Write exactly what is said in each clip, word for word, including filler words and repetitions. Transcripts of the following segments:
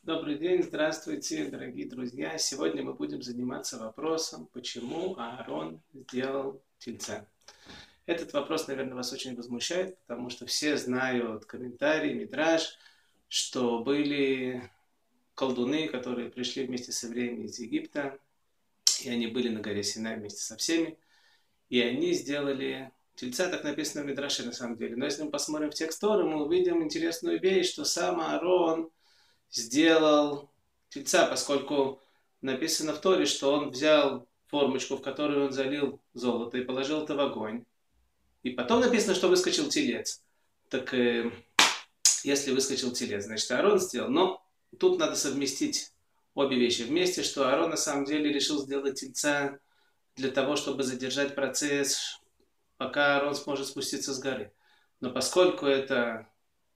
Добрый день, здравствуйте, дорогие друзья. Сегодня мы будем заниматься вопросом, почему Аарон сделал тельца. Этот вопрос, наверное, вас очень возмущает, потому что все знают комментарии, мидраш, что были колдуны, которые пришли вместе с евреями из Египта, и они были на горе Синай вместе со всеми, и они сделали тельца, так написано в мидраше на самом деле. Но если мы посмотрим в текст Торы, мы увидим интересную вещь, что сам Аарон сделал тельца, поскольку написано в Торе, что он взял формочку, в которую он залил золото и положил это в огонь. И потом написано, что выскочил телец. Так э, если выскочил телец, значит Аарон сделал. Но тут надо совместить обе вещи вместе, что Аарон на самом деле решил сделать тельца для того, чтобы задержать процесс, пока Аарон сможет спуститься с горы. Но поскольку это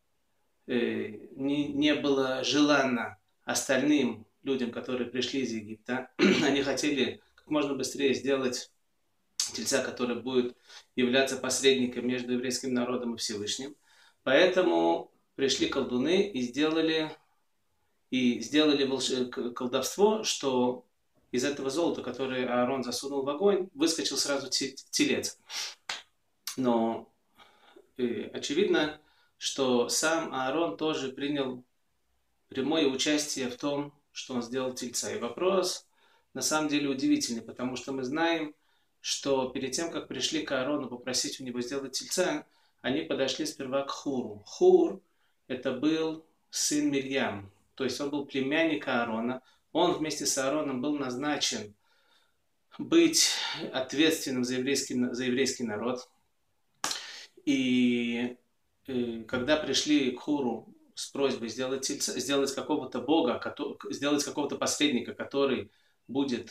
не, не было желанно остальным людям, которые пришли из Египта, они хотели как можно быстрее сделать тельца, который будет являться посредником между еврейским народом и Всевышним. Поэтому пришли колдуны и сделали, и сделали волш... колдовство, что из этого золота, которое Аарон засунул в огонь, выскочил сразу телец. Но э, очевидно, что сам Аарон тоже принял прямое участие в том, что он сделал тельца. И вопрос на самом деле удивительный, потому что мы знаем, что перед тем, как пришли к Аарону попросить у него сделать тельца, они подошли сперва к Хуру. Хур – это был сын Мирьям, то есть он был племянник Аарона. Он вместе с Аароном был назначен быть ответственным за еврейский, за еврейский народ. И когда пришли к Хуру с просьбой сделать, тельца, сделать какого-то бога, сделать какого-то посредника, который будет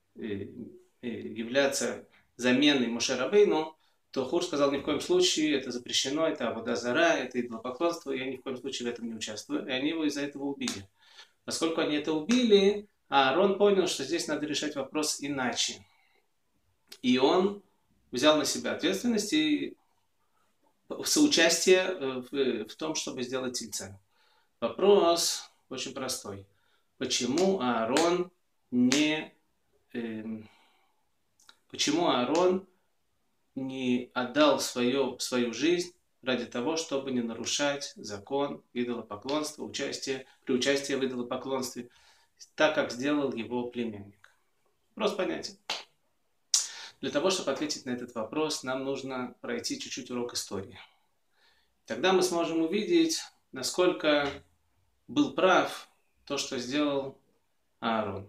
являться заменой Моше Рабейну, то Хур сказал: ни в коем случае, это запрещено, это авода зара, это идолопоклонство, я ни в коем случае в этом не участвую. И они его из-за этого убили. Поскольку они это убили, Аарон понял, что здесь надо решать вопрос иначе. И он взял на себя ответственность и соучастие в, в том, чтобы сделать тельца. Вопрос очень простой. Почему Аарон не, э, почему Аарон не отдал свое, свою жизнь ради того, чтобы не нарушать закон идолопоклонства, участие, при участии в идолопоклонстве, так как сделал его племянник? Вопрос понятен. Для того, чтобы ответить на этот вопрос, нам нужно пройти чуть-чуть урок истории. Тогда мы сможем увидеть, насколько был прав то, что сделал Аарон.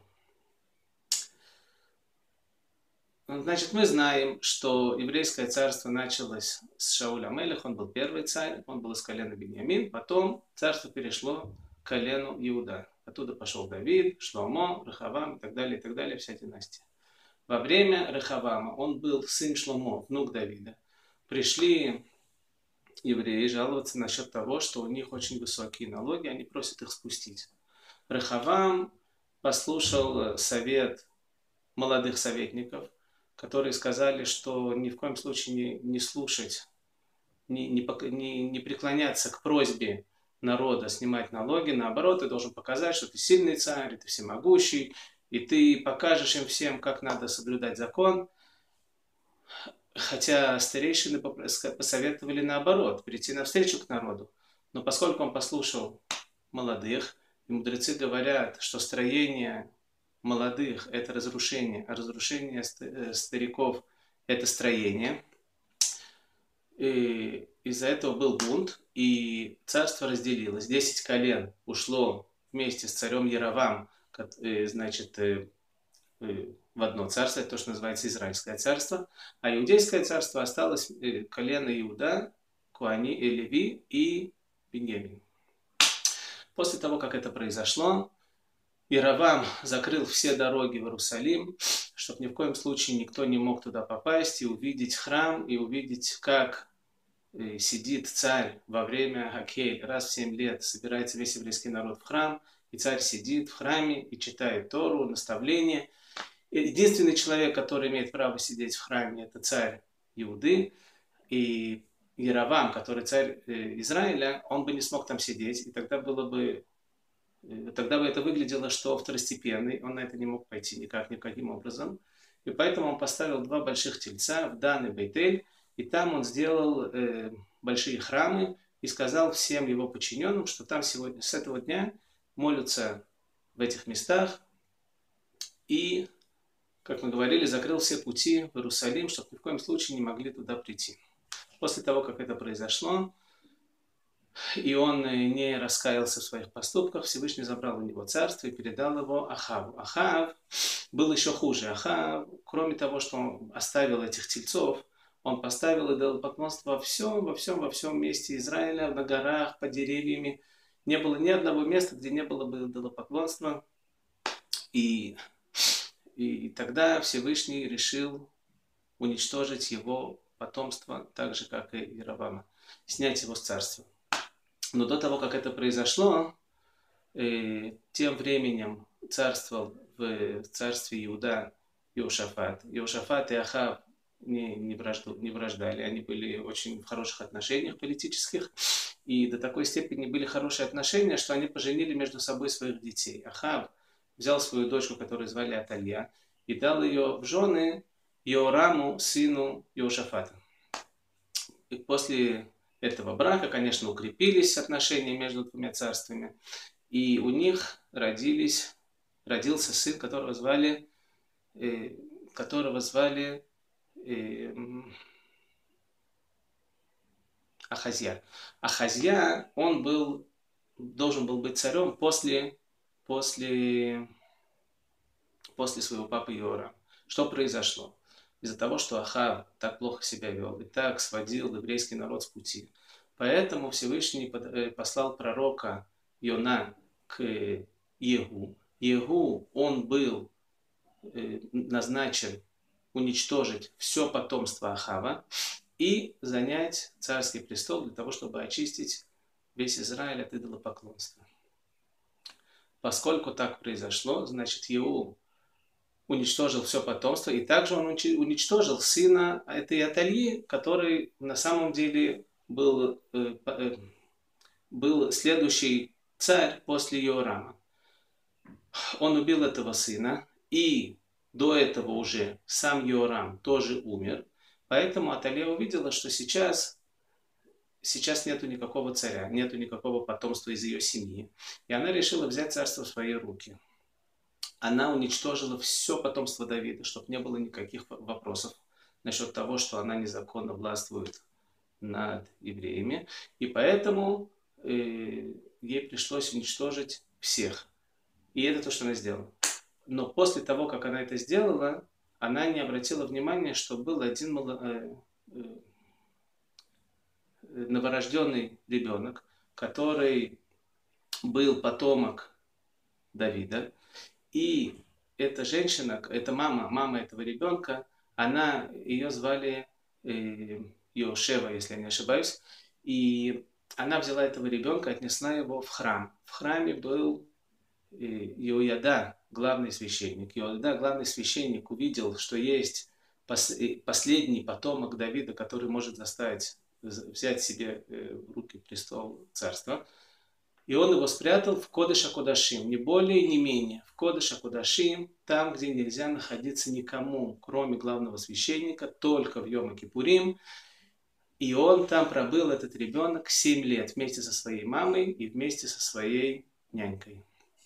Значит, мы знаем, что еврейское царство началось с Шауля Мелеха, он был первый царь, он был из колена Биньямин, потом царство перешло к колену Иуда. Оттуда пошел Давид, Шломо, Рехавам и так далее, и так далее, вся династия. Во время Рехавама, он был сын Шломо, внук Давида, пришли евреи жаловаться насчет того, что у них очень высокие налоги, они просят их спустить. Рехавам послушал совет молодых советников, которые сказали, что ни в коем случае не, не слушать, не, не, не, не преклоняться к просьбе народа снимать налоги. Наоборот, ты должен показать, что ты сильный царь, ты всемогущий, и ты покажешь им всем, как надо соблюдать закон. Хотя старейшины посоветовали наоборот, прийти навстречу к народу. Но поскольку он послушал молодых, и мудрецы говорят, что строение молодых – это разрушение, а разрушение стариков – это строение. И из-за этого был бунт, и царство разделилось. Десять колен ушло вместе с царем Яровам, значит, в одно царство, это то, что называется Израильское царство, а Иудейское царство осталось колено Иуда, Куани, Леви и Биньямин. После того, как это произошло, Яровам закрыл все дороги в Иерусалим, чтобы ни в коем случае никто не мог туда попасть и увидеть храм, и увидеть, как сидит царь во время Хакель, раз в семь лет собирается весь еврейский народ в храм, и царь сидит в храме и читает Тору, наставления. Единственный человек, который имеет право сидеть в храме, это царь Иуды. И Яровам, который царь Израиля, он бы не смог там сидеть, и тогда было бы тогда бы это выглядело, что второстепенный, он на это не мог пойти никак, никаким образом. И поэтому он поставил два больших тельца в Дан и Бейтель, и там он сделал э, большие храмы и сказал всем его подчиненным, что там сегодня, с этого дня молятся в этих местах, и, как мы говорили, закрыл все пути в Иерусалим, чтобы ни в коем случае не могли туда прийти. После того, как это произошло, и он не раскаялся в своих поступках, Всевышний забрал у него царство и передал его Ахаву. Ахав был еще хуже. Ахав, кроме того, что он оставил этих тельцов, он поставил идолопоклонство во всем, во всем, во всем месте Израиля, на горах, под деревьями. Не было ни одного места, где не было бы идолопоклонства. И, и тогда Всевышний решил уничтожить его потомство, так же, как и Иеровама, снять его с царства. Но до того, как это произошло, э, тем временем царствовал в царстве Иуда Иошафат. Иошафат и Ахав не, не, вражду, не враждали, они были очень в хороших отношениях политических, и до такой степени были хорошие отношения, что они поженили между собой своих детей. Ахав взял свою дочку, которую звали Аталья, и дал ее в жены Иораму, сыну Иошафата. И после этого брака, конечно, укрепились отношения между двумя царствами, и у них родились, родился сын, которого звали, э, которого звали э, Ахазья. Ахазья, он был, должен был быть царем после, после, после своего папы Йора. Что произошло? Из-за того, что Ахав так плохо себя вел и так сводил еврейский народ с пути. Поэтому Всевышний послал пророка Йона к Иегу. Иегу, он был назначен уничтожить все потомство Ахава и занять царский престол для того, чтобы очистить весь Израиль от идолопоклонства. Поскольку так произошло, значит, Иегу уничтожил все потомство, и также он уничтожил сына этой Атальи, который на самом деле был, был следующий царь после Иорама. Он убил этого сына, и до этого уже сам Иорам тоже умер, поэтому Аталья увидела, что сейчас, сейчас нету никакого царя, нету никакого потомства из ее семьи, и она решила взять царство в свои руки. Она уничтожила все потомство Давида, чтобы не было никаких вопросов насчет того, что она незаконно властвует над евреями. И поэтому э, ей пришлось уничтожить всех. И это то, что она сделала. Но после того, как она это сделала, она не обратила внимания, что был один э, э, новорожденный ребенок, который был потомок Давида. И эта женщина, эта мама, мама этого ребенка, она, ее звали э, Йошева, если я не ошибаюсь, и она взяла этого ребенка, отнесла его в храм. В храме был э, Йояда, главный священник. Йояда, главный священник, увидел, что есть пос, последний потомок Давида, который может заставить, взять себе э, в руки престол царства. И он его спрятал в Кодеш ха-Кодашим, не более, не менее, в Кодеш ха-Кодашим, там, где нельзя находиться никому, кроме главного священника, только в Йом-Кипурим. И он там пробыл, этот ребенок, семь лет вместе со своей мамой и вместе со своей нянькой.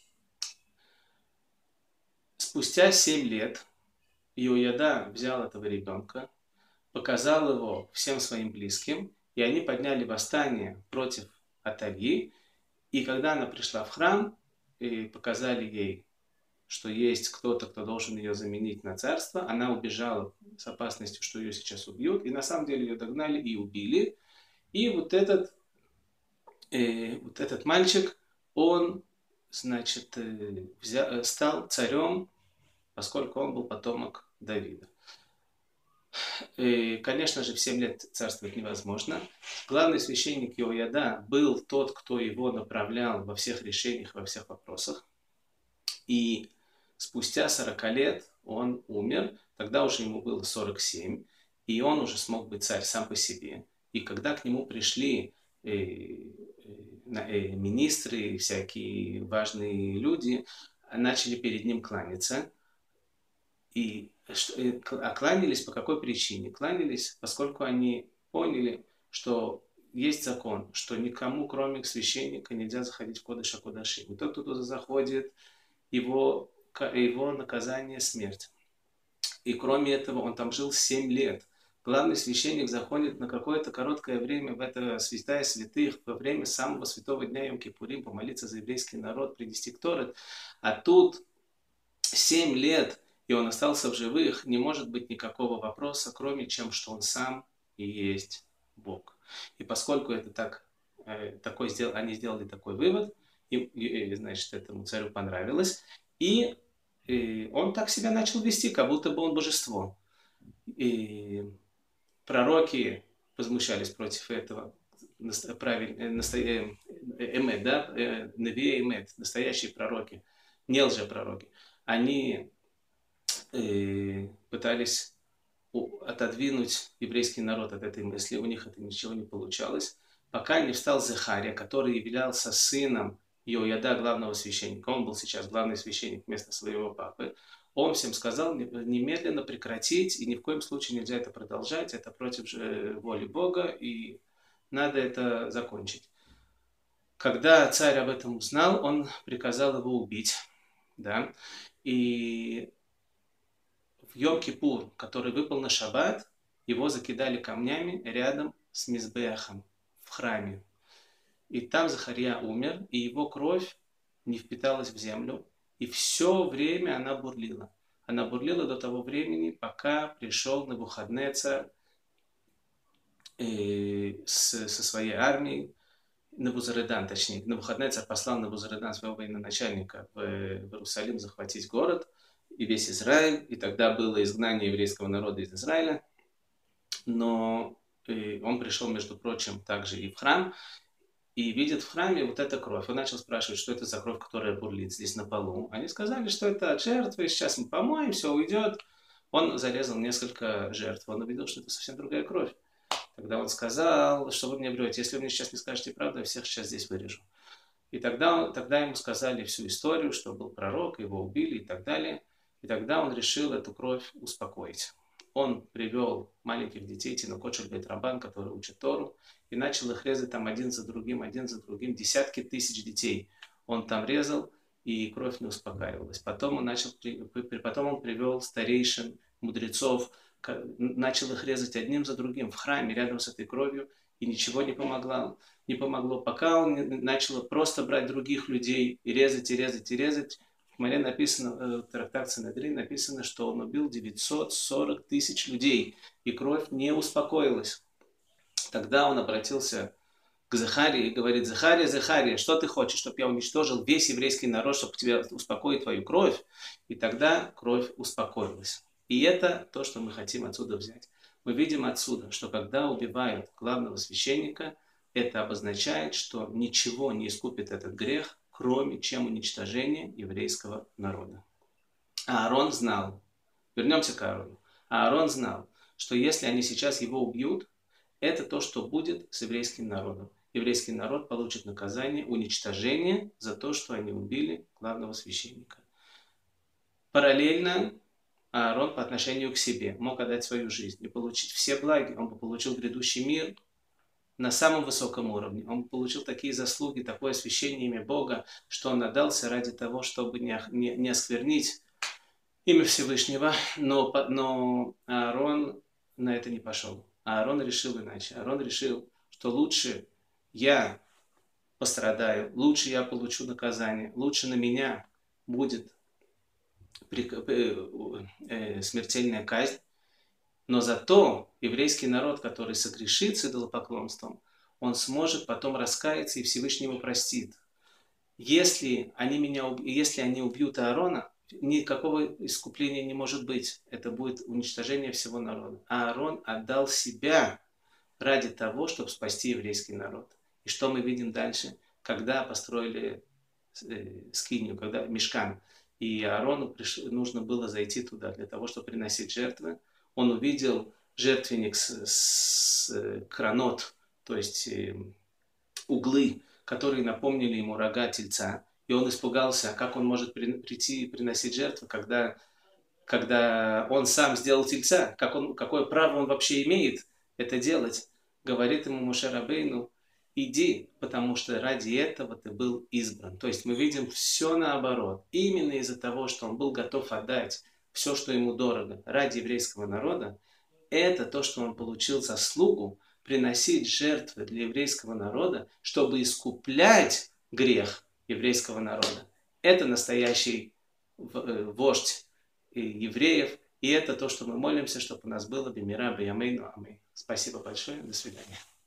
Спустя семь лет Йояда взял этого ребенка, показал его всем своим близким, и они подняли восстание против Атальи. И когда она пришла в храм, и показали ей, что есть кто-то, кто должен ее заменить на царство, она убежала с опасностью, что ее сейчас убьют. И на самом деле ее догнали и убили. И вот этот, э, вот этот мальчик, он, значит, э, взял, стал царем, поскольку он был потомок Давида. И, конечно же, в семь лет царствовать невозможно. Главный священник Йояда был тот, кто его направлял во всех решениях, во всех вопросах. И спустя сорок лет он умер, тогда уже ему было сорок семь, и он уже смог быть царь сам по себе. И когда к нему пришли министры, всякие важные люди начали перед ним кланяться. И а кланялись по какой причине? Кланялись, поскольку они поняли, что есть закон, что никому, кроме священника, нельзя заходить в Кодеш ха-Кодашим. И тот, кто туда заходит, его, его наказание смерть. И кроме этого, он там жил семь лет. Главный священник заходит на какое-то короткое время в это святая святых, во время самого святого дня Йом-Кипурим, помолиться за еврейский народ, принести кторет. А тут семь лет, и он остался в живых, не может быть никакого вопроса, кроме чем, что он сам и есть Бог. И поскольку это так, такой, они сделали такой вывод, и, и, значит, этому царю понравилось, и, и он так себя начал вести, как будто бы он божество. И пророки возмущались против этого, правильно, эмет, да, невия эмет, настоящие пророки, не лжепророки. Они э, пытались отодвинуть еврейский народ от этой мысли, у них это ничего не получалось, пока не встал Захария, который являлся сыном Йояда, главного священника. Он был сейчас главный священник вместо своего папы. Он всем сказал немедленно прекратить, и ни в коем случае нельзя это продолжать, это против воли Бога, и надо это закончить. Когда царь об этом узнал, он приказал его убить. Да? И в Йом-Кипур, который выпал на шаббат, его закидали камнями рядом с Мизбехом в храме. И там Захария умер, и его кровь не впиталась в землю, и все время она бурлила. Она бурлила до того времени, пока пришел Навуходнецар э, с, со своей армией, Навузарадан, точнее. Навуходнецар послал Навузарадан, своего военачальника, в, в Иерусалим захватить город и весь Израиль. И тогда было изгнание еврейского народа из Израиля. Но э, он пришел, между прочим, также и в храм. И видит в храме вот эту кровь. Он начал спрашивать, что это за кровь, которая бурлит здесь на полу. Они сказали, что это от жертвы, сейчас мы помоем, все уйдет. Он зарезал несколько жертв. Он увидел, что это совсем другая кровь. Тогда он сказал, что вы мне врете, если вы мне сейчас не скажете правду, я всех сейчас здесь вырежу. И тогда, тогда ему сказали всю историю, что был пророк, его убили и так далее. И тогда он решил эту кровь успокоить. Он привел маленьких детей, Тинокот шель бейт рабан, которые учат Тору, и начал их резать там один за другим, один за другим, десятки тысяч детей. Он там резал, и кровь не успокаивалась. Потом он, начал, потом он привел старейшин, мудрецов, начал их резать одним за другим в храме рядом с этой кровью, и ничего не помогло, не помогло, пока он начал просто брать других людей и резать, и резать, и резать. В Море написано, в трактате Санедрин написано, что он убил девятьсот сорок тысяч людей, и кровь не успокоилась. Тогда он обратился к Захарии и говорит: Захария, Захария, что ты хочешь, чтобы я уничтожил весь еврейский народ, чтобы тебя успокоить твою кровь? И тогда кровь успокоилась. И это то, что мы хотим отсюда взять. Мы видим отсюда, что когда убивают главного священника, это обозначает, что ничего не искупит этот грех, кроме чем уничтожения еврейского народа. А Аарон знал, вернемся к Аарону, Аарон знал, что если они сейчас его убьют, это то, что будет с еврейским народом. Еврейский народ получит наказание, уничтожение за то, что они убили главного священника. Параллельно Аарон по отношению к себе мог отдать свою жизнь и получить все благи. Он бы получил грядущий мир на самом высоком уровне. Он бы получил такие заслуги, такое освящение имя Бога, что он отдался ради того, чтобы не, не, не осквернить имя Всевышнего. Но, но Аарон на это не пошел. Аарон решил иначе. Аарон решил, что лучше я пострадаю, лучше я получу наказание, лучше на меня будет смертельная казнь, но зато еврейский народ, который согрешит с идолопоклонством, он сможет потом раскаяться и Всевышний ему простит. Если они, меня, если они убьют Аарона, никакого искупления не может быть. Это будет уничтожение всего народа. А Аарон отдал себя ради того, чтобы спасти еврейский народ. И что мы видим дальше? Когда построили скинию, когда мишкан, и Аарону приш... нужно было зайти туда для того, чтобы приносить жертвы, он увидел жертвенник с, с кранот, то есть углы, которые напомнили ему рога тельца. И он испугался, как он может прийти и приносить жертву, когда, когда он сам сделал тельца, как он, какое право он вообще имеет это делать. Говорит ему Моше Рабейну: иди, потому что ради этого ты был избран. То есть мы видим все наоборот. Именно из-за того, что он был готов отдать все, что ему дорого, ради еврейского народа, это то, что он получил заслугу приносить жертвы для еврейского народа, чтобы искуплять грех еврейского народа. Это настоящий вождь евреев, и это то, что мы молимся, чтобы у нас было бимира б'ямейну аминь. Спасибо большое, до свидания.